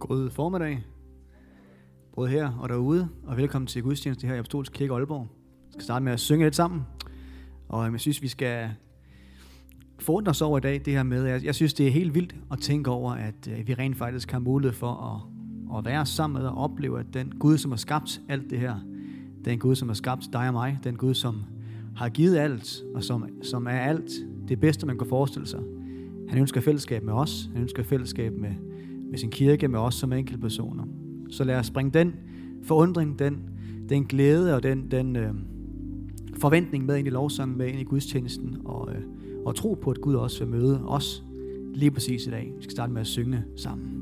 God formiddag, både her og derude, og velkommen til gudstjeneste her i Apostolsk Kirke Aalborg. Vi skal starte med at synge lidt sammen, og jeg synes, vi skal forundre os over i dag, det her med, jeg synes, det er helt vildt at tænke over, at vi rent faktisk har mulighed for at være sammen med og opleve, at den Gud, som har skabt alt det her, den Gud, som har skabt dig og mig, den Gud, som har givet alt, og som er alt det bedste, man kan forestille sig. Han ønsker fællesskab med os, han ønsker fællesskab med sin kirke, med os som enkeltpersoner. Så lad os bringe den forundring, den glæde og den forventning med ind i lovsangen, med ind i gudstjenesten, og tro på, at Gud også vil møde os lige præcis i dag. Vi skal starte med at synge sammen.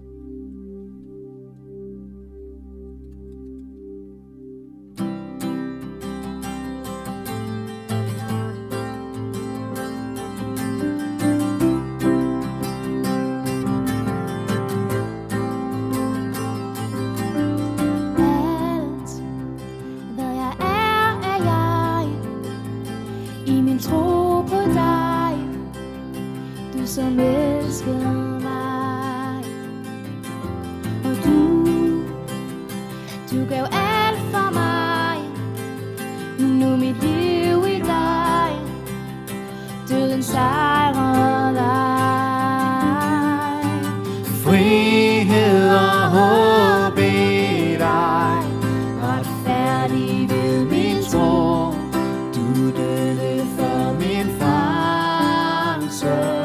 Som elskede mig, og du gav alt for mig. Nu mit liv i dig, døden sejrede dig. Frihed og håb i dig, retfærdig ved min tro. Du døde for min frelse.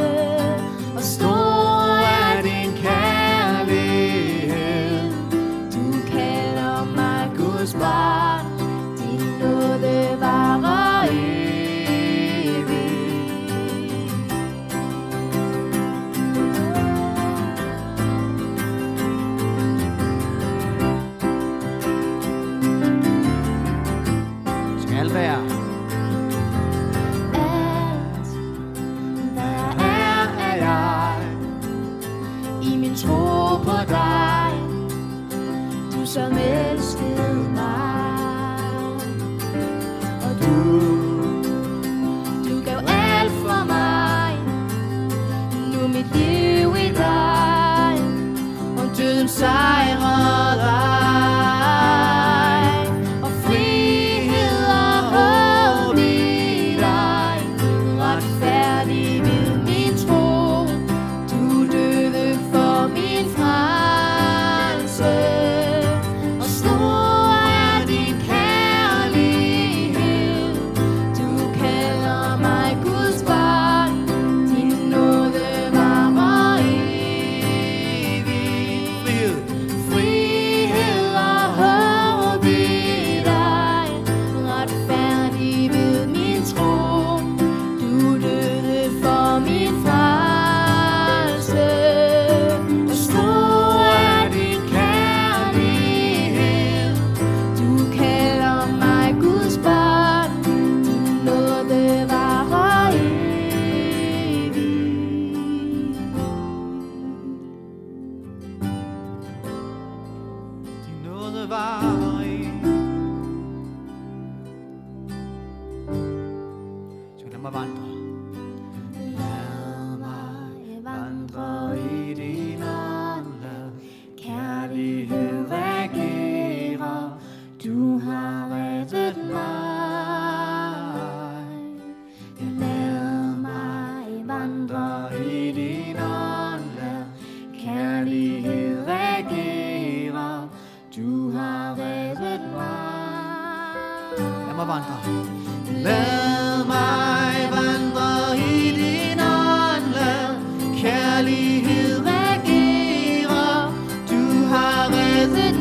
Som elskede mig, og du gav alt for mig. Nu mit liv i dig, og døden sejrede dig. Og frihed og håb i dig, retfærdig ved min tro. Du døde for min frelse. Lad mig vandre i din ånd, lad kærlighed regere. Du har reddet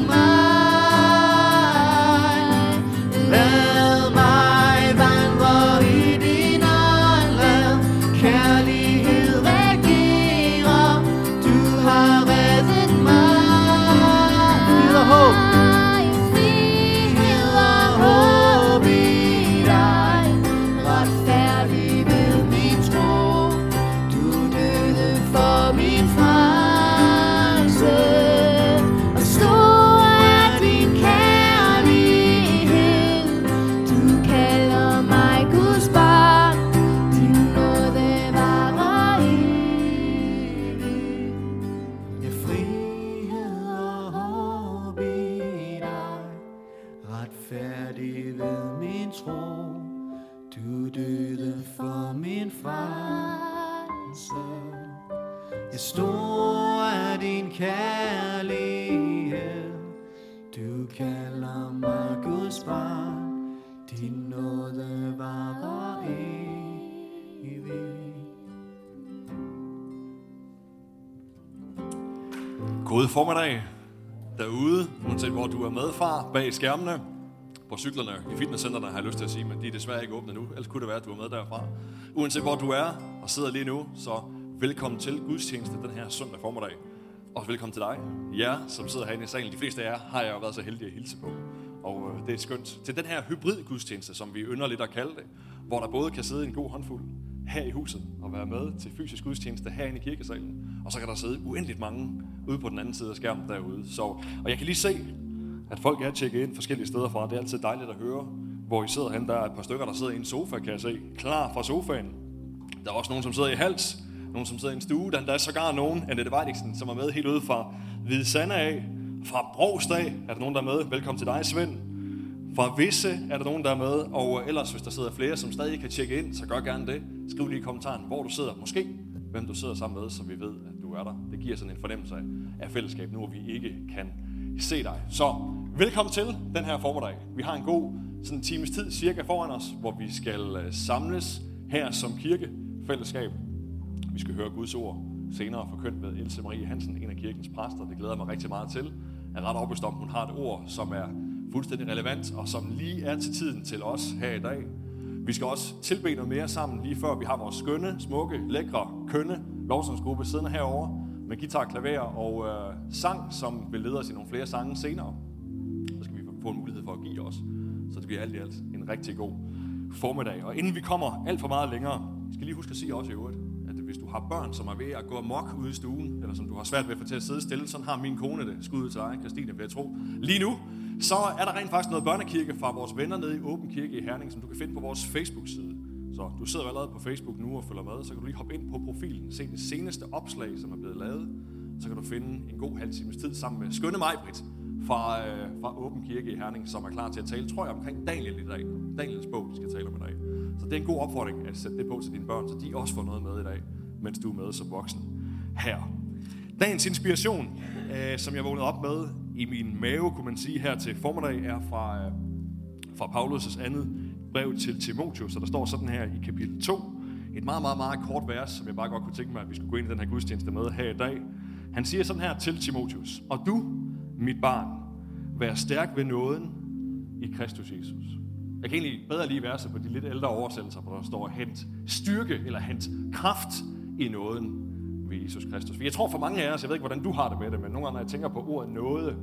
mig. Lad mig vandre i din ånd, lad kærlighed regere. Du har reddet mig. Frihed og håb. Frihed og håb i dig. min frelse. Ja, stor er din kærlighed, du kalder mig Guds barn, din nåde varer evigt. God formiddag derude, uanset hvor du er med fra, bag skærmene, på cyklerne, i fitnesscentrene har jeg lyst til at sige, men de er desværre ikke åbne nu, ellers kunne det være, at du er med derfra. Uanset hvor du er og sidder lige nu, så velkommen til gudstjeneste den her søndag formiddag. Og velkommen til dig, jer som sidder herinde i salen. De fleste af jer har jeg jo været så heldig at hilse på, og det er skønt. Til den her hybrid gudstjeneste, som vi ynder lidt at kalde det, hvor der både kan sidde en god håndfuld her i huset og være med til fysisk gudstjeneste herinde i kirkesalen, og så kan der sidde uendeligt mange ude på den anden side af skærmen derude. Og jeg kan lige se, at folk er tjekket ind forskellige steder fra. Det er altid dejligt at høre, hvor I sidder hen. Der er et par stykker, der sidder i en sofa, kan jeg se, klar fra sofaen. Der er også nogen, som sidder i hals, nogen, som sidder i en stue. Der er sågar nogen, Annette Weidiksen, som er med helt ude fra Hvide Sande af. Fra Brogstad er der nogen, der er med. Velkommen til dig, Svend. Fra Visse er der nogen, der er med. Og ellers, hvis der sidder flere, som stadig kan tjekke ind, så gør gerne det. Skriv lige i kommentaren, hvor du sidder. Måske hvem du sidder sammen med, så vi ved, at du er der. Det giver sådan en fornemmelse af fællesskab, nu hvor vi ikke kan se dig. Så velkommen til den her formiddag. Vi har en god sådan en times tid cirka foran os, hvor vi skal samles her som kirkefællesskab. Vi skal høre Guds ord senere forkyndt ved Else Marie Hansen, en af kirkens præster. Det glæder mig rigtig meget til. Jeg er ret overbevist om, hun har et ord, som er fuldstændig relevant, og som lige er til tiden til os her i dag. Vi skal også tilbede noget mere sammen lige før vi har vores skønne, smukke, lækre, kønne lovsangsgruppe siddende herovre med guitar, klaver og sang, som vil lede os i nogle flere sange senere. Så skal vi få en mulighed for at give os. Så det bliver alt i alt en rigtig god formiddag. Og inden vi kommer alt for meget længere, skal lige huske at sige også i øvrigt, at hvis du har børn, som er ved at gå amok ude i stuen, eller som du har svært ved at få til at sidde stille, sådan har min kone det, skud til dig, Christine, vil jeg tro. Lige nu, så er der rent faktisk noget børnekirke fra vores venner nede i Åben Kirke i Herning, som du kan finde på vores Facebook-side. Så du sidder allerede på Facebook nu og følger med, så kan du lige hoppe ind på profilen, se det seneste opslag, som er blevet lavet. Så kan du finde en god halv times tid sammen med skønne Maj-Britt fra Åben Kirke i Herning, som er klar til at tale, tror jeg, omkring Daniel i dag. Daniels bog, vi skal tale om i dag. Så det er en god opfordring at sætte det på til dine børn, så de også får noget med i dag, mens du er med som voksen her. Dagens inspiration, som jeg vågnede op med i min mave, kunne man sige, her til formiddag, er fra Paulus' andet brev til Timotheus, så der står sådan her i kapitel 2, et meget, meget, meget kort vers, som jeg bare godt kunne tænke mig, at vi skulle gå ind i den her gudstjeneste med her i dag. Han siger sådan her til Timotheus: og du, mit barn, vær stærk ved nåden i Kristus Jesus. Jeg kan egentlig bedre lide verset på de lidt ældre oversættelser, hvor der står hent styrke eller hent kraft i nåden ved Jesus Kristus. For jeg tror for mange af os, jeg ved ikke, hvordan du har det med det, men nogle gange, når jeg tænker på ordet nåde,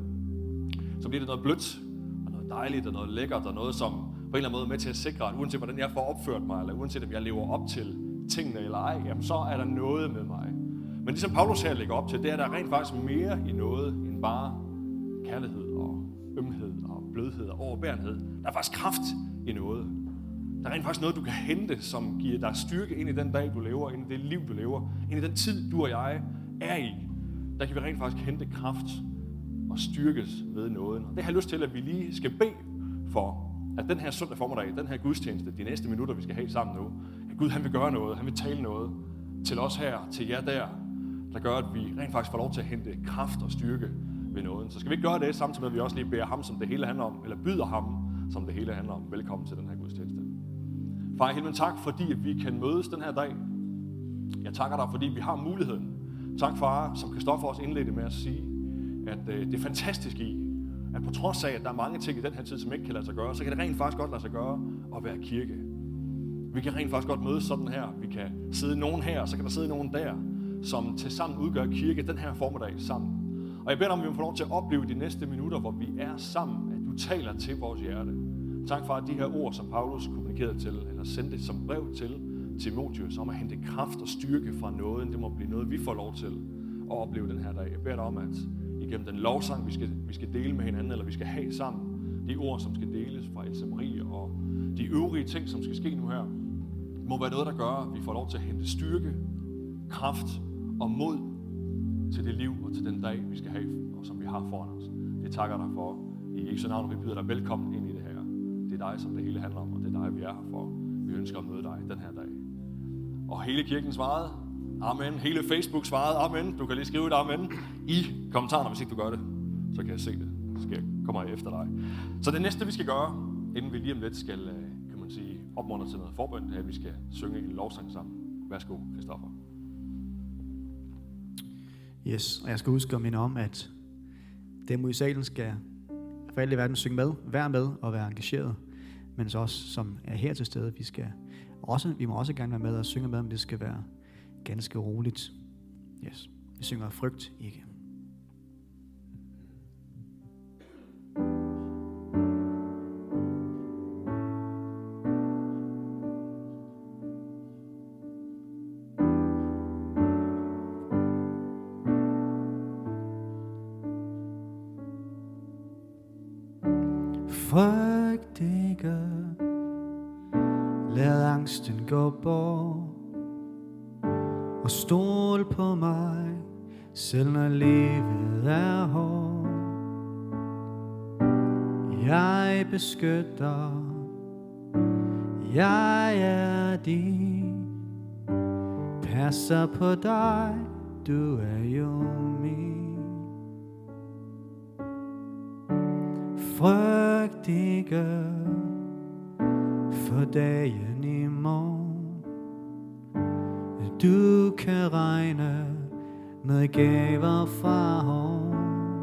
så bliver det noget blødt, og noget dejligt, og noget lækkert, og noget, som på en eller anden måde er med til at sikre, at uanset hvordan jeg får opført mig, eller uanset om jeg lever op til tingene eller ej, jamen så er der noget med mig. Men det, som Paulus her lægger op til, det er, at der er rent faktisk mere i noget, end bare kærlighed og ømhed og blødhed og overbærenhed. Der er faktisk kraft i noget. Der er rent faktisk noget, du kan hente, som giver dig styrke ind i den dag, du lever, ind i det liv, du lever, ind i den tid, du og jeg er i. Der kan vi rent faktisk hente kraft og styrkes ved nåden. Og det har jeg lyst til, at vi lige skal bede for, at den her søndag formiddag, den her gudstjeneste, de næste minutter, vi skal have sammen nu, at Gud, han vil gøre noget, han vil tale noget til os her, til jer der gør, at vi rent faktisk får lov til at hente kraft og styrke ved nåden. Så skal vi ikke gøre det, samtidig med, at vi også lige beder ham, som det hele handler om, eller byder ham, som det hele handler om. Velkommen til den her gudstjeneste. Far i himlen, tak, fordi at vi kan mødes den her dag. Jeg takker dig, fordi vi har muligheden. Tak, far, som Kristoffer også indledte med at sige, at det er fantastisk i, at på trods af, at der er mange ting i den her tid, som ikke kan lade sig gøre, så kan det rent faktisk godt lade sig gøre at være kirke. Vi kan rent faktisk godt mødes sådan her. Vi kan sidde nogen her, og så kan der sidde nogen der, som tilsammen udgør kirke den her formiddag sammen. Og jeg beder om, at vi får lov til at opleve de næste minutter, hvor vi er sammen, at du taler til vores hjerte. Tak for, at de her ord, som Paulus kommunikerede til, eller sendte som brev til Timotheus, om at hente kraft og styrke fra nåden, det må blive noget, vi får lov til at opleve den her dag. Jeg beder dig om, at igennem den lovsang, vi skal dele med hinanden, eller vi skal have sammen, de ord, som skal deles fra Else Marie, og de øvrige ting, som skal ske nu her, må være noget, der gør, at vi får lov til at hente styrke, kraft og mod til det liv og til den dag, vi skal have, og som vi har foran os. Det takker dig for. I Jesu navn, vi byder dig velkommen ind i det her. Det er dig, som det hele handler om, og det er dig, vi er her for. Vi ønsker at møde dig den her dag. hele kirken svarede. Amen. Hele Facebook svarede. Amen. Du kan lige skrive et amen i kommentarerne, hvis ikke du gør det. Så kan jeg se det. Så kommer jeg efter dig. Så det næste, vi skal gøre, inden vi lige om lidt skal, kan man sige, opmuntre til noget forbøn, det er, at vi skal synge en lovsang sammen. Værsgo, Christoffer. Yes, og jeg skal huske at minde om, at dem ude i salen skal for alle i verden synge med, være med og være engageret. Men så også, som er her til stede, vi må også gerne være med og synge med, men det skal være ganske roligt. Yes, vi synger frygt ikke. Frygt ikke, lad angsten gå bort, og stol på mig, selv når livet er hårdt. Jeg beskytter, jeg er din, passer på dig, du er jo min. Frygt ikke for dagen i morgen. Du kan regne med gaver fra ham.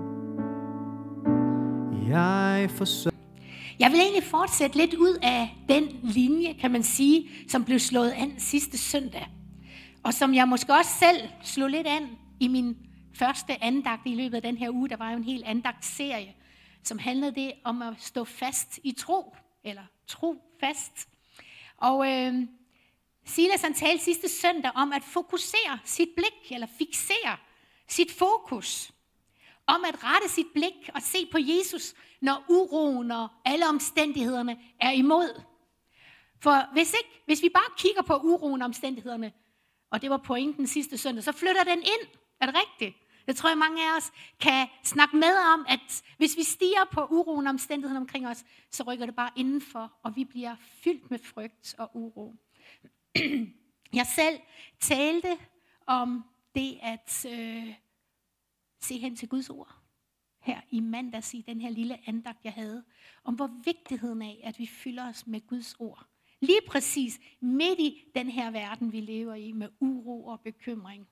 Jeg forsøger. Jeg vil egentlig fortsætte lidt ud af den linje, kan man sige, som blev slået an sidste søndag. Og som jeg måske også selv slog lidt an i min første andagt i løbet af den her uge. Der var jo en hel andagtserie, som handlede det om at stå fast i tro, eller tro fast. Og Silas han talte sidste søndag om at fokusere sit blik, eller fixere sit fokus. Om at rette sit blik og se på Jesus, når uroen og alle omstændighederne er imod. For hvis vi bare kigger på uroen og omstændighederne, og det var pointen sidste søndag, så flytter den ind. Er det rigtigt? Det tror jeg, mange af os kan snakke med om, at hvis vi stiger på uroen og omstændighederne omkring os, så rykker det bare indenfor, og vi bliver fyldt med frygt og uro. Jeg selv talte om det at se hen til Guds ord. Her i mandags i den her lille andagt, jeg havde, om hvor vigtigheden af, at vi fylder os med Guds ord. Lige præcis midt i den her verden, vi lever i, med uro og bekymring.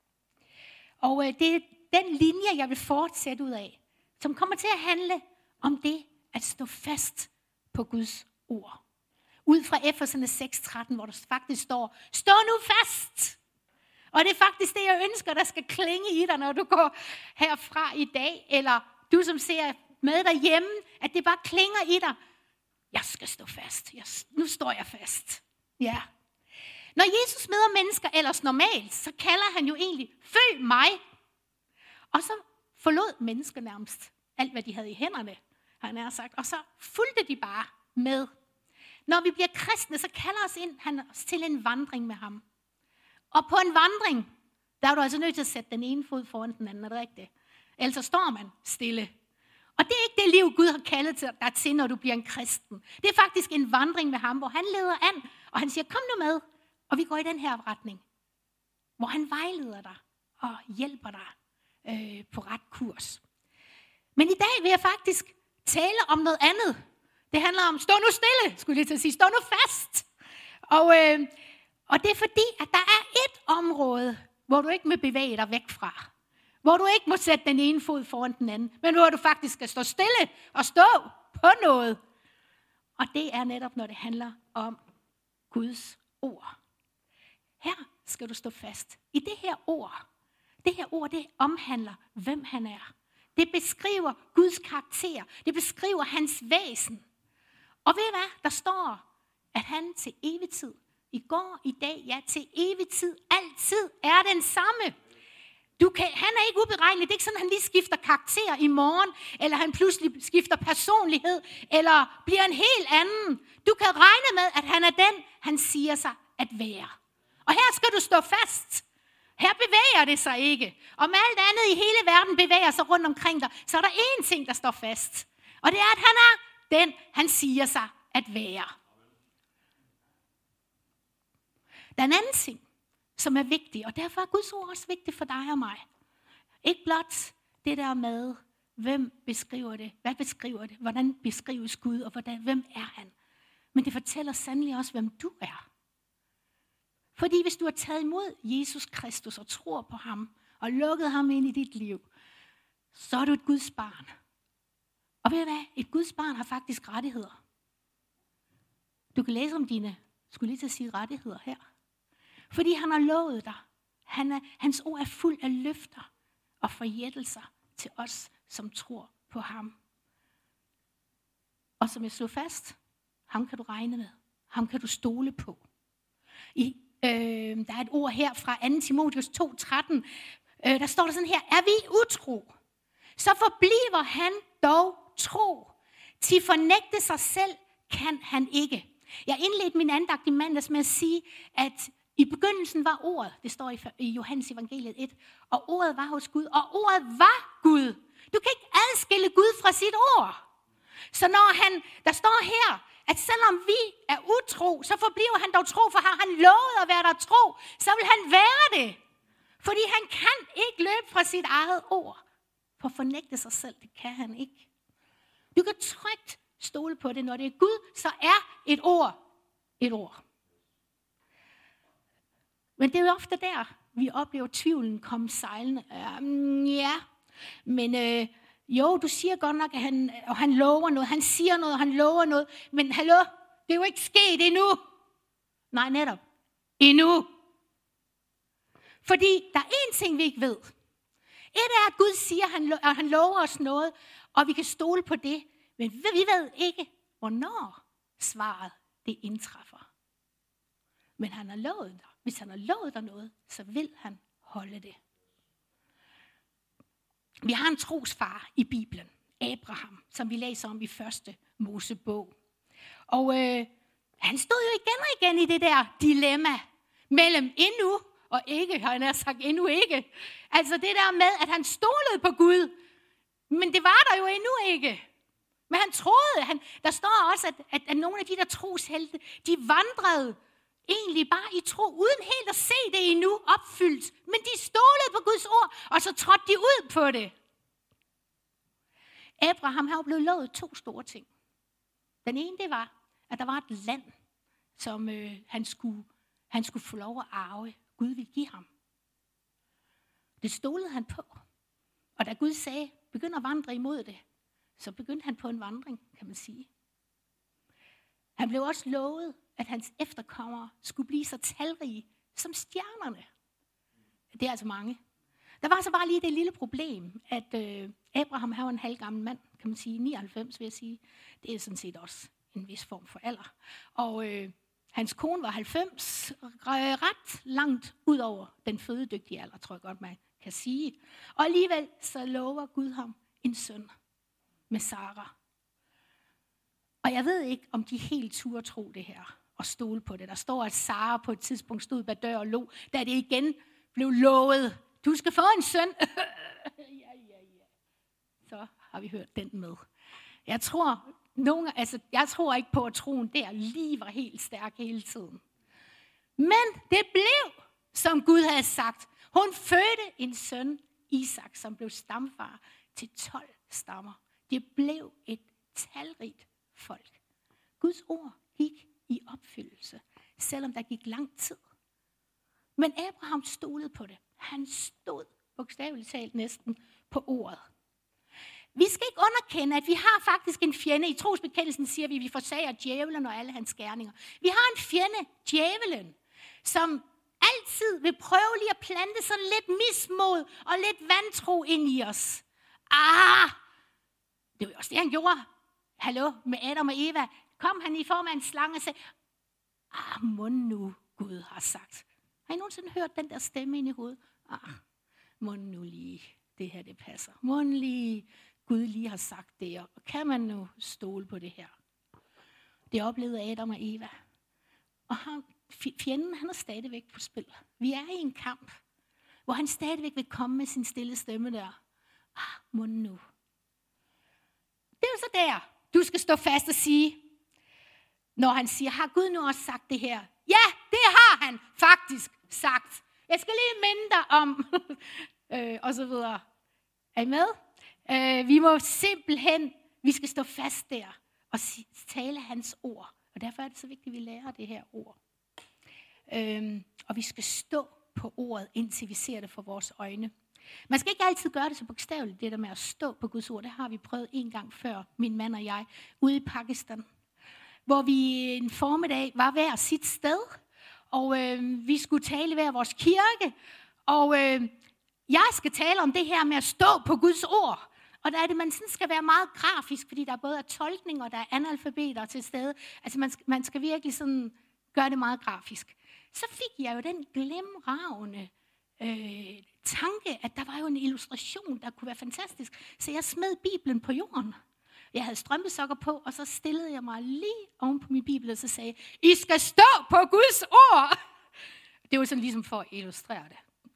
Og det er den linje, jeg vil fortsætte ud af, som kommer til at handle om det at stå fast på Guds ord. Ud fra Efeserne 6:13, hvor der faktisk står, stå nu fast! Og det er faktisk det, jeg ønsker, der skal klinge i dig, når du går herfra i dag, eller du som ser med derhjemme, at det bare klinger i dig. Jeg skal stå fast. Nu står jeg fast. Ja. Når Jesus møder mennesker ellers normalt, så kalder han jo egentlig, følg mig. Og så forlod mennesker nærmest alt, hvad de havde i hænderne, han har sagt. Og så fulgte de bare med. Når vi bliver kristne, så kalder han os til en vandring med ham. Og på en vandring, der er du altså nødt til at sætte den ene fod foran den anden, er det rigtigt? Ellers så står man stille. Og det er ikke det liv, Gud har kaldet dig til, når du bliver en kristen. Det er faktisk en vandring med ham, hvor han leder an, og han siger, kom nu med, og vi går i den her retning. Hvor han vejleder dig og hjælper dig på ret kurs. Men i dag vil jeg faktisk tale om noget andet. Det handler om, stå nu stille, skulle jeg til at sige, stå nu fast. Og det er fordi, at der er et område, hvor du ikke må bevæge dig væk fra. Hvor du ikke må sætte den ene fod foran den anden, men hvor du faktisk skal stå stille og stå på noget. Og det er netop, når det handler om Guds ord. Her skal du stå fast. I det her ord, det omhandler, hvem han er. Det beskriver Guds karakter. Det beskriver hans væsen. Og ved I hvad? Der står, at han til evig tid, i går, i dag, ja, til evig tid, altid er den samme. Han er ikke uberegnelig. Det er ikke sådan, at han lige skifter karakter i morgen, eller han pludselig skifter personlighed, eller bliver en helt anden. Du kan regne med, at han er den, han siger sig at være. Og her skal du stå fast. Her bevæger det sig ikke. Om alt andet i hele verden bevæger sig rundt omkring dig, så er der én ting, der står fast. Og det er, at han er den, han siger sig at være. Den anden ting, som er vigtige. Og derfor er Guds ord også vigtigt for dig og mig. Ikke blot det der med, hvem beskriver det, hvad beskriver det, hvordan beskrives Gud, og hvem er han. Men det fortæller sandelig også, hvem du er. Fordi hvis du har taget imod Jesus Kristus og tror på ham, og lukket ham ind i dit liv, så er du et Guds barn. Og ved du hvad? Et Guds barn har faktisk rettigheder. Du kan læse om dine, skulle lige til at sige rettigheder her. Fordi han har lovet dig. Hans ord er fuld af løfter og forjættelser til os, som tror på ham. Og som jeg slog fast, ham kan du regne med. Ham kan du stole på. Der er et ord her fra 2. Timotheus 2:13. Der står der sådan her, er vi utro, så forbliver han dog tro. Til fornægte sig selv kan han ikke. Jeg indledte min andagt i mandags med at sige, at i begyndelsen var ordet, det står i Johannes evangeliet 1, og ordet var hos Gud, og ordet var Gud. Du kan ikke adskille Gud fra sit ord. Så når der står her, at selvom vi er utro, så forbliver han dog tro, for har han lovet at være der tro, så vil han være det. Fordi han kan ikke løbe fra sit eget ord. For at fornægte sig selv, det kan han ikke. Du kan trygt stole på det. Når det er Gud, så er et ord. Men det er jo ofte der, vi oplever tvivlen komme sejlende. Jo, du siger godt nok, at han lover noget. Han siger noget, og han lover noget. Men hallo, det er jo ikke sket endnu. Nej, netop. Endnu. Fordi der er én ting, vi ikke ved. Et er, at Gud siger, at han lover os noget, og vi kan stole på det. Men vi ved ikke, hvornår svaret det indtræffer. Men han har lovet dig. Hvis han har lovet dig noget, så vil han holde det. Vi har en trosfar i Bibelen, Abraham, som vi læser om i 1. Mosebog. Og han stod jo igen og igen i det der dilemma mellem endnu og ikke, har han sagt endnu ikke. Altså det der med, at han stolede på Gud, men det var der jo endnu ikke. Men han troede, der står også, at nogle af de der troshelte, de vandrede egentlig bare i tro, uden helt at se det endnu opfyldt. Men de stolede på Guds ord, og så trådte de ud på det. Abraham har jo blevet lovet 2 store ting. Den ene, det var, at der var et land, som han skulle få lov at arve. Gud ville give ham. Det stolede han på. Og da Gud sagde, begynd at vandre imod det, så begyndte han på en vandring, kan man sige. Han blev også lovet, at hans efterkommere skulle blive så talrige som stjernerne. Det er altså mange. Der var så bare lige det lille problem, at Abraham var en halvgammel mand, kan man sige, 99 vil jeg sige. Det er sådan set også en vis form for alder. Og hans kone var 90, ret langt ud over den fødedygtige alder, tror jeg godt, man kan sige. Og alligevel så lover Gud ham en søn med Sara. Og jeg ved ikke, om de helt turde tro det her og stole på det. Der står, at Sara på et tidspunkt stod bag dør og lå, da det igen blev lovet. Du skal få en søn. Ja. Så har vi hørt den med. Jeg tror ikke på, at troen der lige var helt stærk hele tiden. Men det blev, som Gud havde sagt. Hun fødte en søn, Isak, som blev stamfar til 12 stammer. Det blev et talrigt folk. Guds ord gik i opfyldelse, selvom der gik lang tid. Men Abraham stolede på det. Han stod bogstaveligt talt næsten på ordet. Vi skal ikke underkende, at vi har faktisk en fjende. I trosbekendelsen siger vi, at vi forsager djævelen og alle hans gerninger. Vi har en fjende, djævelen, som altid vil prøve lige at plante sådan lidt mismod og lidt vantro ind i os. Det var jo også det, han gjorde. Hallo, med Adam og Eva. Kom han i form af en slange og sagde, mon nu Gud har sagt. Har I nogensinde hørt den der stemme ind i hovedet? Mon nu lige, det her det passer. Mon lige, Gud lige har sagt det, og kan man nu stole på det her? Det oplevede Adam og Eva. Og fjenden, han er stadigvæk på spil. Vi er i en kamp, hvor han stadigvæk vil komme med sin stille stemme der. Mon nu. Det er jo så der, du skal stå fast og sige, når han siger, har Gud nu også sagt det her? Ja, det har han faktisk sagt. Jeg skal lige minde dig om, og så videre. Er I med? Vi må simpelthen, vi skal stå fast der og tale hans ord. Og derfor er det så vigtigt, at vi lærer det her ord. Og vi skal stå på ordet, indtil vi ser det for vores øjne. Man skal ikke altid gøre det så bogstaveligt, det der med at stå på Guds ord. Det har vi prøvet en gang før, min mand og jeg, ude i Pakistan. Hvor vi en formiddag var hver sit sted. Og vi skulle tale hver vores kirke. Og jeg skal tale om det her med at stå på Guds ord. Og der er det, man sådan skal være meget grafisk, fordi der både er tolkning, og der er analfabeter til stede. Altså man skal virkelig sådan gøre det meget grafisk. Så fik jeg jo den glimragende tanke, at der var jo en illustration, der kunne være fantastisk. Så jeg smed Bibelen på jorden. Jeg havde strømpesokker på, og så stillede jeg mig lige oven på min bibel, og så sagde I skal stå på Guds ord. Det var sådan ligesom for at illustrere det.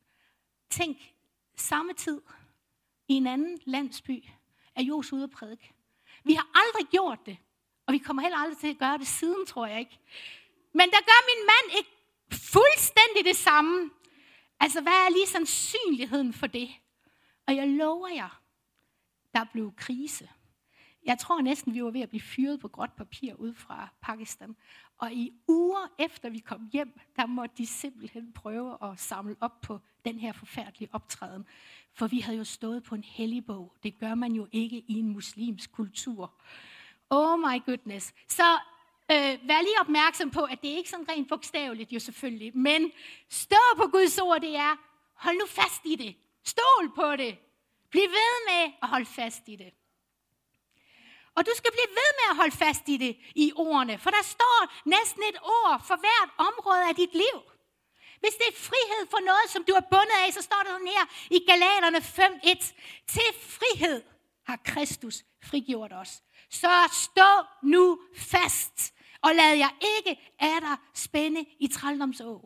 Tænk, samme tid i en anden landsby er Jos ude at prædike. Vi har aldrig gjort det, og vi kommer heller aldrig til at gøre det siden, tror jeg ikke. Men der gør min mand ikke fuldstændig det samme. Altså, hvad er lige sandsynligheden for det? Og jeg lover jer, der blev krise. Jeg tror næsten, vi var ved at blive fyret på gråt papir ud fra Pakistan. Og i uger efter vi kom hjem, der måtte de simpelthen prøve at samle op på den her forfærdelige optræden. For vi havde jo stået på en hellig bog. Det gør man jo ikke i en muslimsk kultur. Oh my goodness. Så vær lige opmærksom på, at det ikke er sådan rent bogstaveligt jo selvfølgelig. Men stå på Guds ord, det er, hold nu fast i det. Stol på det. Bliv ved med at holde fast i det. Og du skal blive ved med at holde fast i det, i ordene. For der står næsten et ord for hvert område af dit liv. Hvis det er frihed for noget, som du er bundet af, så står der sådan her i Galaterne 5:1. Til frihed har Kristus frigjort os. Så stå nu fast, og lad jer ikke atter spænde i trældomså.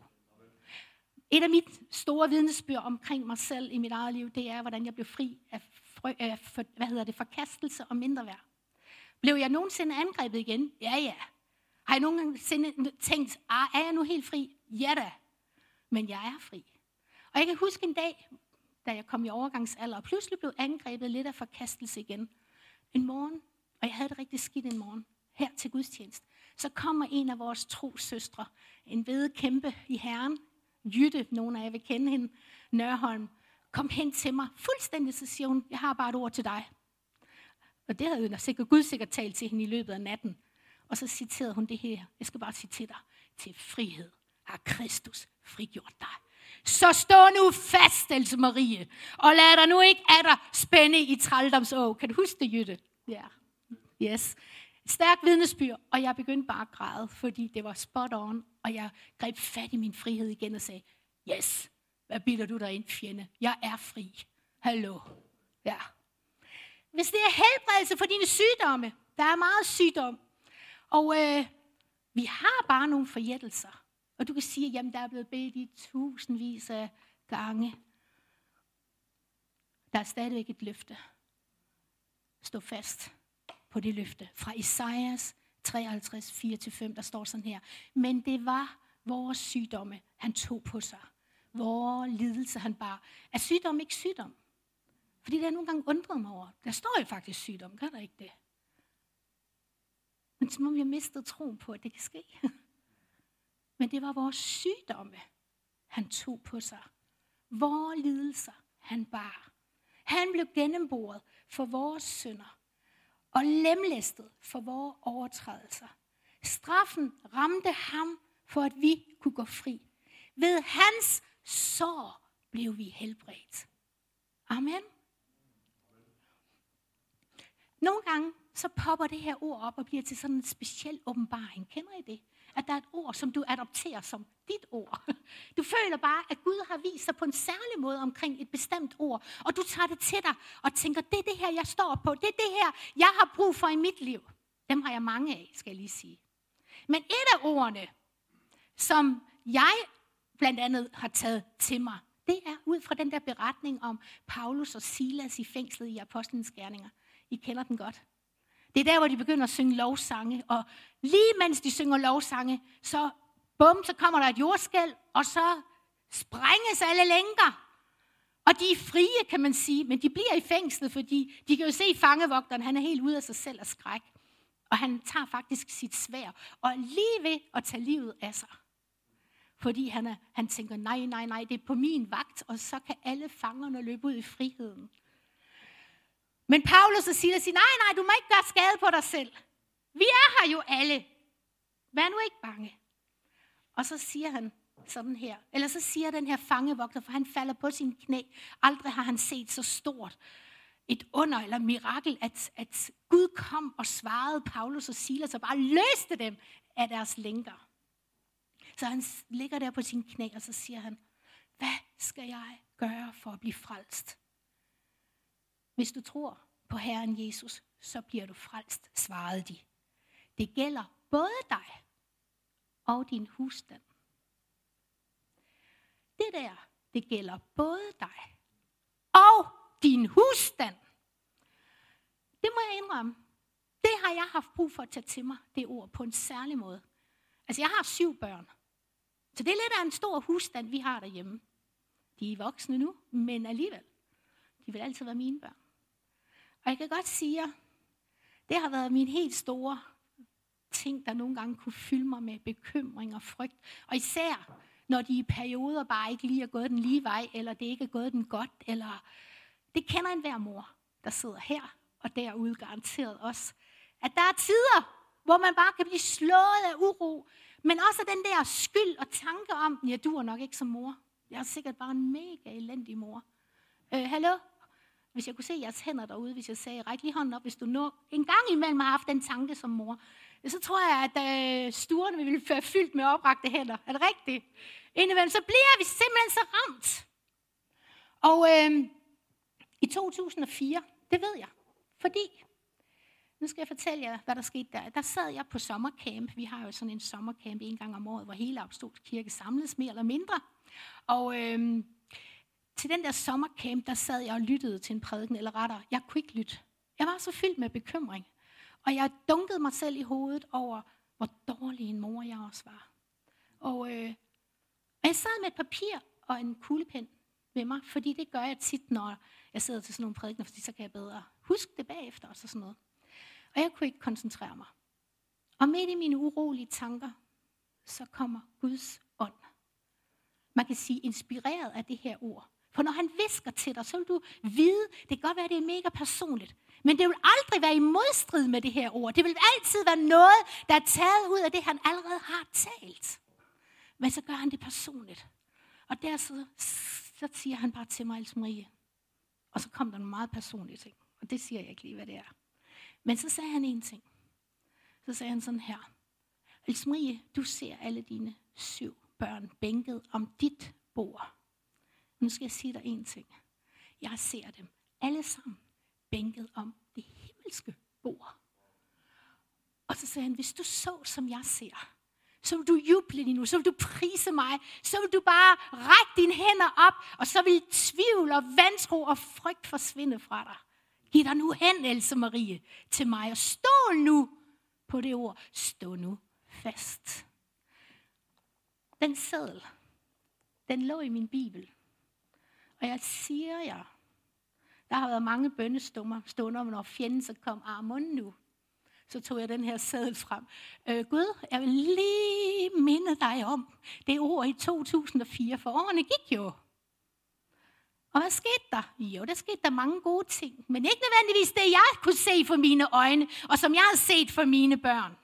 Et af mit store vidnesbyrd omkring mig selv i mit eget liv, det er, hvordan jeg blev fri af forkastelse og mindreværd. Blev jeg nogensinde angrebet igen? Ja. Har jeg nogensinde tænkt, er jeg nu helt fri? Ja da. Men jeg er fri. Og jeg kan huske en dag, da jeg kom i overgangsalder, og pludselig blev angrebet lidt af forkastelse igen. En morgen, og jeg havde det rigtig skidt en morgen, her til gudstjenest. Så kommer en af vores trossøstre, en vedkæmpe i Herren, Jytte, nogle af jer vil kende hende, Nørholm, kom hen til mig, fuldstændig, så siger hun, jeg har bare et ord til dig. Og det havde jo Gud sikkert talt til hende i løbet af natten. Og så citerede hun det her, jeg skal bare sige til dig, til frihed har Kristus frigjort dig. Så stå nu fast, Else Marie, og lad dig nu ikke atter spænde i trældomså. Kan du huske det, Jytte? Ja. Yes. Stærk vidnesbyrd, og jeg begyndte bare at græde, fordi det var spot on, og jeg greb fat i min frihed igen og sagde, yes, hvad bilder du dig ind, fjende? Jeg er fri. Hallo. Ja. Hvis det er helbredelse for dine sygdomme, der er meget sygdom, og vi har bare nogle forjættelser, og du kan sige, jamen der er blevet bedt i tusindvis af gange. Der er stadigvæk et løfte. Stå fast på det løfte. Fra Esajas 53, 4-5, der står sådan her. Men det var vores sygdomme, han tog på sig. Vores lidelse, han bar. Er sygdom ikke sygdom? Fordi det er nogle gange undret mig over. Der står jo faktisk sygdom, gør der ikke det? Men som om vi har mistet troen på, at det kan ske. Men det var vores sygdomme, han tog på sig. Vores lidelser, han bar. Han blev gennemboret for vores synder og lemlæstet for vores overtrædelser. Straffen ramte ham, for at vi kunne gå fri. Ved hans sår blev vi helbredt. Amen. Nogle gange så popper det her ord op og bliver til sådan en speciel åbenbaring. Kender I det? At der er et ord, som du adopterer som dit ord. Du føler bare, at Gud har vist sig på en særlig måde omkring et bestemt ord. Og du tager det til dig og tænker, det er det her, jeg står på. Det er det her, jeg har brug for i mit liv. Dem har jeg mange af, skal jeg lige sige. Men et af ordene, som jeg blandt andet har taget til mig, det er ud fra den der beretning om Paulus og Silas i fængslet i Apostlenes Gerninger. I kender den godt. Det er der, hvor de begynder at synge lovsange, og lige mens de synger lovsange, så kommer der et jordskælv, og så sprænges alle lænker. Og de er frie, kan man sige, men de bliver i fængslet, fordi de kan jo se fangevogteren, han er helt ude af sig selv af skræk. Og han tager faktisk sit sværd og er lige ved at tage livet af sig. Fordi han tænker, nej, det er på min vagt, og så kan alle fangerne løbe ud i friheden. Men Paulus og Silas siger, nej, du må ikke gøre skade på dig selv. Vi er her jo alle. Vær nu ikke bange. Og så siger han sådan her, eller så siger den her fangevogter, for han falder på sine knæ. Aldrig har han set så stort et under eller mirakel, at Gud kom og svarede Paulus og Silas og bare løste dem af deres lænker. Så han ligger der på sine knæ, og så siger han, hvad skal jeg gøre for at blive frelst? Hvis du tror på Herren Jesus, så bliver du frelst, svarede de. Det gælder både dig og din husstand. Det gælder både dig og din husstand. Det må jeg indrømme. Det har jeg haft brug for at tage til mig, det ord, på en særlig måde. Altså, jeg har 7 børn. Så det er lidt af en stor husstand, vi har derhjemme. De er voksne nu, men alligevel. De vil altid være mine børn. Og jeg kan godt sige, at det har været min helt store ting, der nogle gange kunne fylde mig med bekymring og frygt. Og især, når de i perioder bare ikke lige er gået den lige vej, eller det ikke er gået den godt, eller det kender enhver mor, der sidder her og derude garanteret også. At der er tider, hvor man bare kan blive slået af uro, men også den der skyld og tanke om, ja, du er nok ikke som mor. Jeg er sikkert bare en mega elendig mor. Hallo? Hvis jeg kunne se jeres hænder derude, hvis jeg sagde, ræk lige hånden op, hvis du en gang imellem har haft den tanke som mor, så tror jeg, at stuerne vil være fyldt med oprakte hænder. Er det rigtigt? Indimellem, så bliver vi simpelthen så ramt. Og i 2004, det ved jeg, fordi, nu skal jeg fortælle jer, hvad der skete der. Der sad jeg på sommercamp. Vi har jo sådan en sommercamp 1 gang om året, hvor hele Apostolsk Kirke samles mere eller mindre. Og til den der sommercamp, der sad jeg og lyttede til en prædiken, eller rettere, jeg kunne ikke lytte. Jeg var så fyldt med bekymring. Og jeg dunkede mig selv i hovedet over, hvor dårlig en mor jeg også var. Og jeg sad med et papir og en kuglepen med mig, fordi det gør jeg tit, når jeg sidder til sådan nogle prædikener, fordi så kan jeg bedre huske det bagefter og sådan noget. Og jeg kunne ikke koncentrere mig. Og midt i mine urolige tanker, så kommer Guds ånd. Man kan sige inspireret af det her ord. For når han hvisker til dig, så vil du vide, det kan godt være, at det er mega personligt. Men det vil aldrig være i modstrid med det her ord. Det vil altid være noget, der er taget ud af det, han allerede har talt. Men så gør han det personligt. Og der så siger han bare til mig, Else Marie. Og så kom der nogle meget personlige ting. Og det siger jeg ikke lige, hvad det er. Men så sagde han en ting. Så sagde han sådan her. Else Marie, du ser alle dine 7 børn bænket om dit bord. Nu skal jeg sige dig en ting. Jeg ser dem alle sammen bænket om det himmelske bord. Og så sagde han, hvis du så, som jeg ser, så vil du juble lige nu, så vil du prise mig, så vil du bare række dine hænder op, og så vil tvivl og vantro og frygt forsvinde fra dig. Giv dig nu hen, Else Marie, til mig, og stol nu på det ord. Stå nu fast. Den seddel, den lå i min bibel. Og jeg siger jer, der har været mange bønnestunder, når fjenden så kom, munden nu. Så tog jeg den her seddel frem. Gud, jeg vil lige minde dig om det ord i 2004, for årene gik jo. Og hvad skete der? Jo, der skete der mange gode ting, men ikke nødvendigvis det, jeg kunne se for mine øjne, og som jeg havde set for mine børn.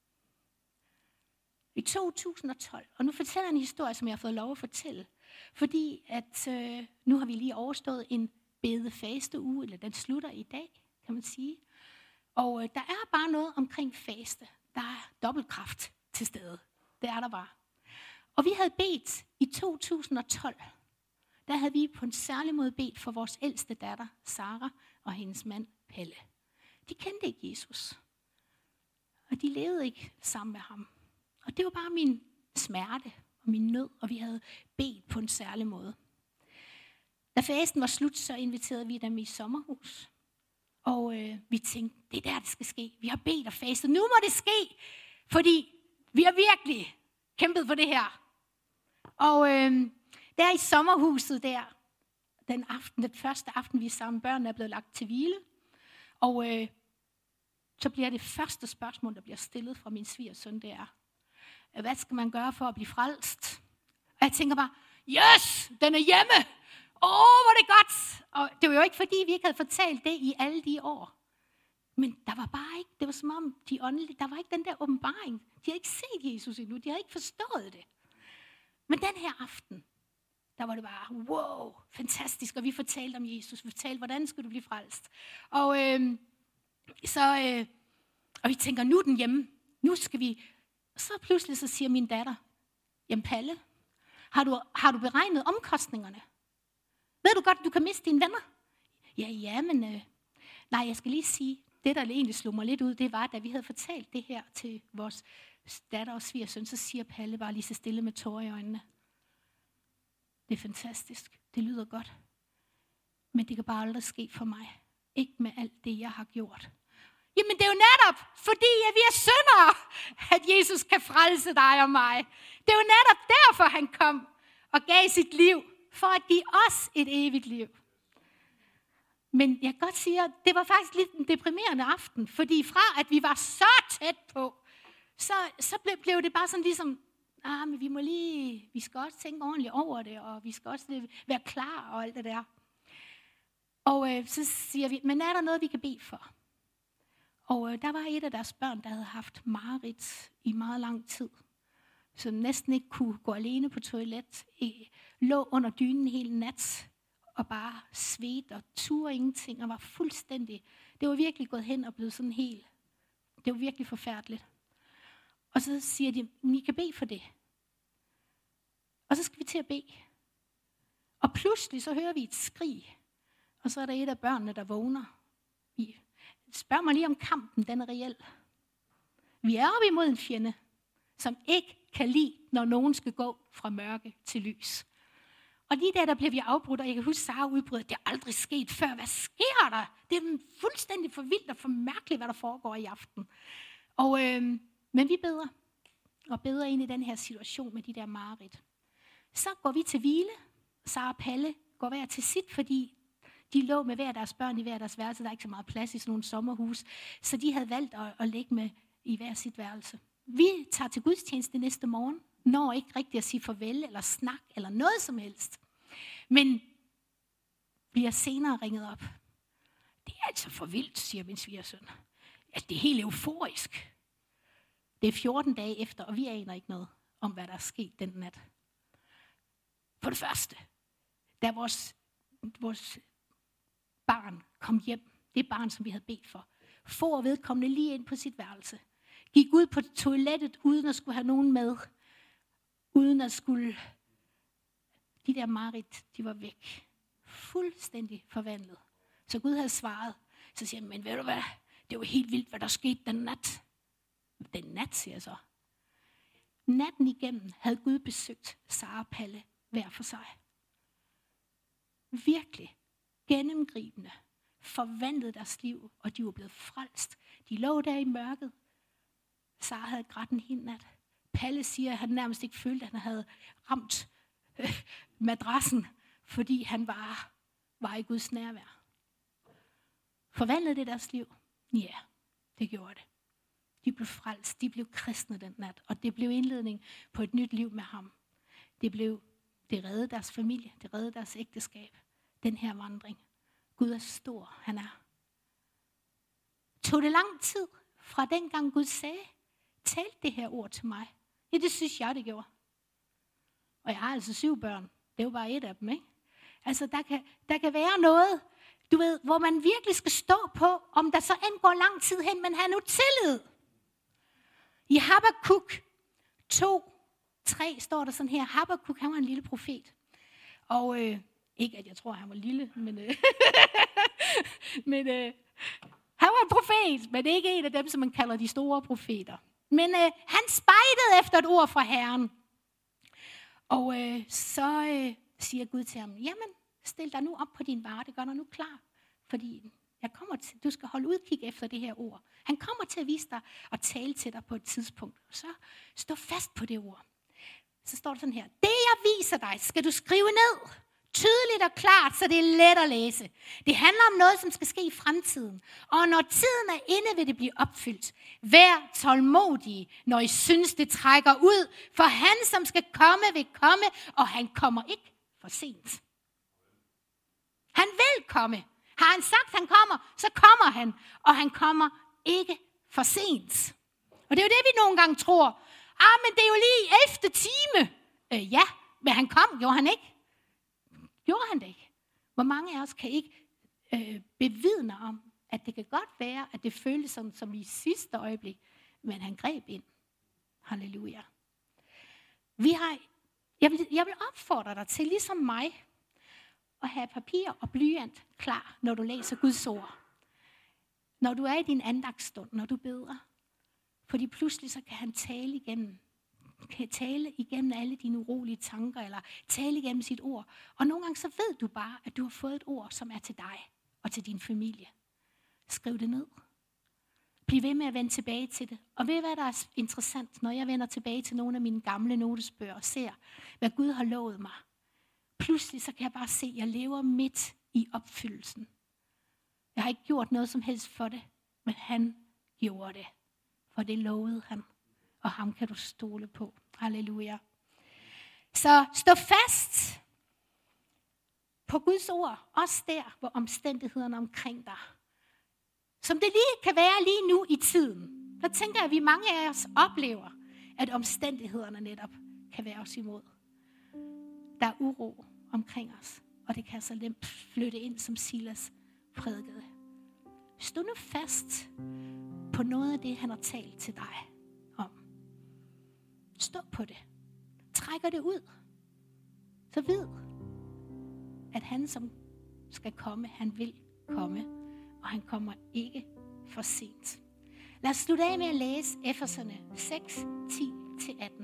I 2012, og nu fortæller jeg en historie, som jeg har fået lov at fortælle, fordi at nu har vi lige overstået en bedefaste uge, eller den slutter i dag, kan man sige. Og der er bare noget omkring faste. Der er dobbeltkraft til stede. Det er der bare. Og vi havde bedt i 2012. Der havde vi på en særlig måde bedt for vores ældste datter, Sara, og hendes mand, Pelle. De kendte ikke Jesus. Og de levede ikke sammen med ham. Og det var bare min smerte og min nød, og vi havde bedt på en særlig måde. Da fasten var slut, så inviterede vi dem i sommerhus. Og vi tænkte, det er der, det skal ske. Vi har bedt og fastet. Nu må det ske, fordi vi har virkelig kæmpet for det her. Og Der i sommerhuset der, den første aften, vi er sammen, børnene er blevet lagt til hvile. Og så bliver det første spørgsmål, der bliver stillet fra min svigersøn, det er, hvad skal man gøre for at blive frelst? Og jeg tænker bare, yes, den er hjemme! Hvor er det godt! Og det var jo ikke, fordi vi ikke havde fortalt det i alle de år. Men der var bare ikke, det var som om de åndelige, der var ikke den der åbenbaring. De havde ikke set Jesus endnu, de havde ikke forstået det. Men den her aften, der var det bare, wow, fantastisk. Og vi fortalte om Jesus, vi fortalte, hvordan skulle du blive frelst. Og vi tænker, nu er den hjemme, nu skal vi. Så pludselig så siger min datter, jamen Palle, har du beregnet omkostningerne? Ved du godt, du kan miste dine venner? Ja, men nej, jeg skal lige sige, det der egentlig slog mig lidt ud, det var, da vi havde fortalt det her til vores datter og svigersøn, så siger Palle bare lige så stille med tårer i øjnene. Det er fantastisk, det lyder godt, men det kan bare aldrig ske for mig. Ikke med alt det, jeg har gjort. Jamen det er jo netop, fordi at vi er syndere, at Jesus kan frelse dig og mig. Det er jo netop derfor, han kom og gav sit liv, for at give os et evigt liv. Men jeg kan godt sige, at det var faktisk lidt en deprimerende aften, fordi fra at vi var så tæt på, så blev det bare sådan ligesom, men vi skal også tænke ordentligt over det, og vi skal også være klar og alt det der. Og så siger vi, men er der noget, vi kan bede for? Og der var et af deres børn, der havde haft mareridt i meget lang tid, som næsten ikke kunne gå alene på toilet, lå under dynen hele nat, og bare svedte og turde ingenting, og var fuldstændig, det var virkelig gået hen og blevet sådan helt, det var virkelig forfærdeligt. Og så siger de, I kan bede for det. Og så skal vi til at bede. Og pludselig så hører vi et skrig, og så er der et af børnene, der vågner. Spørg mig lige om kampen, den er reel. Vi er oppe imod en fjende, som ikke kan lide, når nogen skal gå fra mørke til lys. Og lige der bliver vi afbrudt, og jeg kan huske, Sara udbryder, det er aldrig sket før. Hvad sker der? Det er fuldstændig for vildt og for mærkeligt, hvad der foregår i aften. Men vi beder, og beder ind i den her situation med de der mareridt. Så går vi til hvile. Sara og Palle går hver til sit, fordi de lå med hver deres børn i hver deres værelse. Der er ikke så meget plads i sådan nogle sommerhus. Så de havde valgt at ligge med i hver sit værelse. Vi tager til gudstjeneste næste morgen. Når ikke rigtigt at sige farvel eller snak eller noget som helst. Men bliver senere ringet op. Det er altså for vildt, siger min svigersøn. Altså, det er helt euforisk. Det er 14 dage efter, og vi aner ikke noget om, hvad der er sket den nat. For det første, da vores barn kom hjem, det barn, som vi havde bedt for, får vedkommende lige ind på sit værelse. Gik ud på toilettet, uden at skulle have nogen med. Uden at skulle. De der mareridt, de var væk. Fuldstændig forvandlet. Så Gud havde svaret. Så siger han, men ved du hvad? Det var helt vildt, hvad der skete den nat. Den nat, siger jeg så. Natten igennem havde Gud besøgt Sara og Palle hver for sig. Virkelig gennemgribende. Forvandlede deres liv, og de var blevet frelst. De lå der i mørket. Sara havde grædt en hel nat. Palle siger, at han nærmest ikke følte, at han havde ramt madrassen, fordi han var i Guds nærvær. Forvandlede det deres liv? Ja, det gjorde det. De blev frelst, de blev kristne den nat, og det blev indledning på et nyt liv med ham. Det reddede deres familie, det reddede deres ægteskab, den her vandring. Gud er stor, han er. Tog det lang tid fra dengang Gud talte det her ord til mig? Ja, det synes jeg, det gjorde. Og jeg har altså 7 børn. Det er jo bare et af dem, ikke? Altså, der kan være noget, du ved, hvor man virkelig skal stå på, om der så end går lang tid hen, men have nu tillid. I Habakuk 2:3 står der sådan her. Habakuk, han var en lille profet. Og ikke at jeg tror, han var lille, men, han var en profet, men ikke en af dem, som man kalder de store profeter. Men han spejdede efter et ord fra Herren. Og så siger Gud til ham, jamen, stil dig nu op på din vare, det gør dig nu klar. Fordi du skal holde udkig efter det her ord. Han kommer til at vise dig og tale til dig på et tidspunkt. Så stå fast på det ord. så står der sådan her. Det jeg viser dig, skal du skrive ned. Tydeligt og klart, så det er let at læse. Det handler om noget, som skal ske i fremtiden. Og når tiden er inde, vil det blive opfyldt. Vær tålmodige, når I synes, det trækker ud. For han, som skal komme, vil komme, og han kommer ikke for sent. Han vil komme. Har han sagt, han kommer, så kommer han. Og han kommer ikke for sent. Og det er jo det, vi nogle gange tror. Men det er jo lige 11. time. Ja, men han kom, gjorde han ikke? Gjorde han det ikke? Hvor mange af os kan ikke bevidne om, at det kan godt være, at det føltes som i sidste øjeblik, men han greb ind. Halleluja. Jeg vil opfordre dig til, ligesom mig, at have papir og blyant klar, når du læser Guds ord. Når du er i din andagtsstund, når du beder. Fordi pludselig så kan han tale igennem alle dine urolige tanker, eller tale igennem sit ord. Og nogle gange så ved du bare, at du har fået et ord, som er til dig og til din familie. Skriv det ned. Bliv ved med at vende tilbage til det. Og ved hvad der er interessant, når jeg vender tilbage til nogle af mine gamle notesbøger og ser, hvad Gud har lovet mig. Pludselig så kan jeg bare se, at jeg lever midt i opfyldelsen. Jeg har ikke gjort noget som helst for det, men han gjorde det. For det lovede han. Og ham kan du stole på. Halleluja. Så stå fast på Guds ord. Også der, hvor omstændighederne omkring dig. Som det lige kan være lige nu i tiden. Der tænker jeg, at vi mange af os oplever, at omstændighederne netop kan være os imod. Der er uro omkring os. Og det kan så nemt flytte ind, som Silas prædikede. Stå nu fast på noget af det, han har talt til dig om. Stå på det. Trækker det ud. Så ved, at han, som skal komme, han vil komme. Og han kommer ikke for sent. Lad os slutte af med at læse Efeserne 6, 10-18.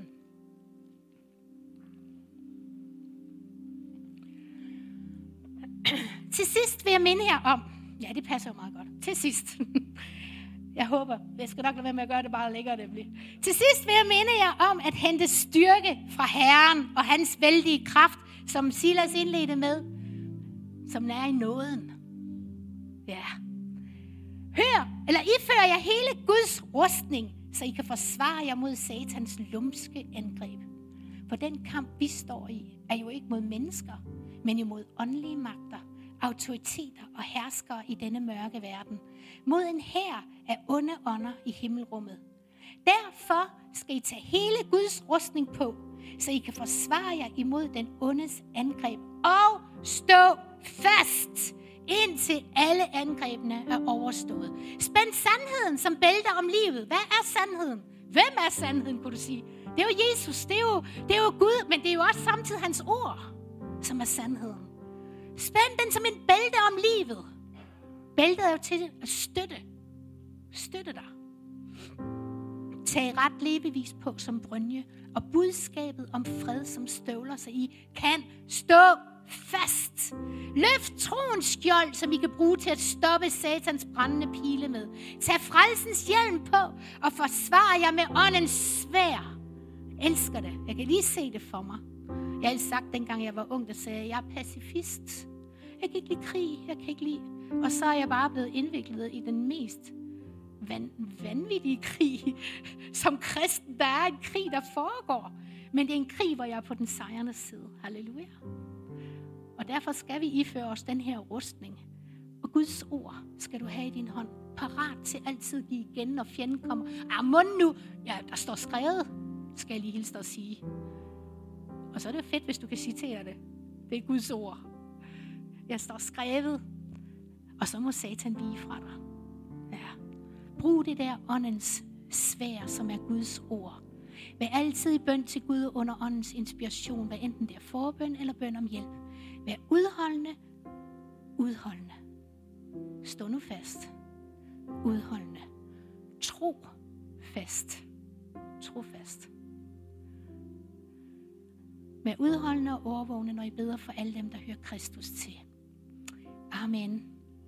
Til sidst vil jeg minde jer om, ja, det passer jo meget godt. Til sidst. Jeg skal nok lade være med at gøre det bare lækkert. Til sidst vil jeg minde jer om at hente styrke fra Herren og hans vældige kraft, som Silas indledte med, som er i nåden. Ja. Ifører jer hele Guds rustning, så I kan forsvare jer mod Satans lumske angreb. For den kamp, vi står i, er jo ikke mod mennesker, men imod åndelige magter, autoriteter og herskere i denne mørke verden. Mod en hær af onde ånder i himmelrummet. Derfor skal I tage hele Guds rustning på, så I kan forsvare jer imod den ondes angreb og stå fast, indtil alle angrebene er overstået. Spænd sandheden som bælter om livet. Hvad er sandheden? Hvem er sandheden, kunne du sige? Det er jo Jesus, det er jo Gud, men det er jo også samtidig hans ord, som er sandheden. Spænd den som en bælte om livet. Bæltet er jo til at støtte dig. Tag ret lebevis på som brynje, og budskabet om fred som støvler, så I kan stå fast. Løft troens skjold, som I kan bruge til at stoppe Satans brændende pile med. Tag frelsens hjelm på og forsvar jer med åndens sværd. Jeg elsker det. Jeg kan lige se det for mig. Jeg har sagt, dengang jeg var ung, der sagde jeg er pacifist. Jeg kan ikke lide krig. Jeg kan ikke lide. Og så er jeg bare blevet indviklet i den mest vanvittige krig. Som kristen, der er en krig, der foregår. Men det er en krig, hvor jeg er på den sejrende side. Halleluja. Og derfor skal vi iføre os den her rustning. Og Guds ord skal du have i din hånd. Parat til altid give igen, når fjenden kommer. Munden nu. Ja, der står skrevet, skal jeg lige hilse dig at sige. Og så er det fedt, hvis du kan citere det. Det er Guds ord. Jeg står skrevet. Og så må Satan vige fra dig. Ja. Brug det der åndens sværd, som er Guds ord. Vær altid i bøn til Gud under åndens inspiration, hvad enten det er forbøn eller bøn om hjælp. Vær udholdende. Stå nu fast. Udholdende. Tro fast. Vær udholdende og overvågne, når I beder for alle dem, der hører Kristus til. Amen.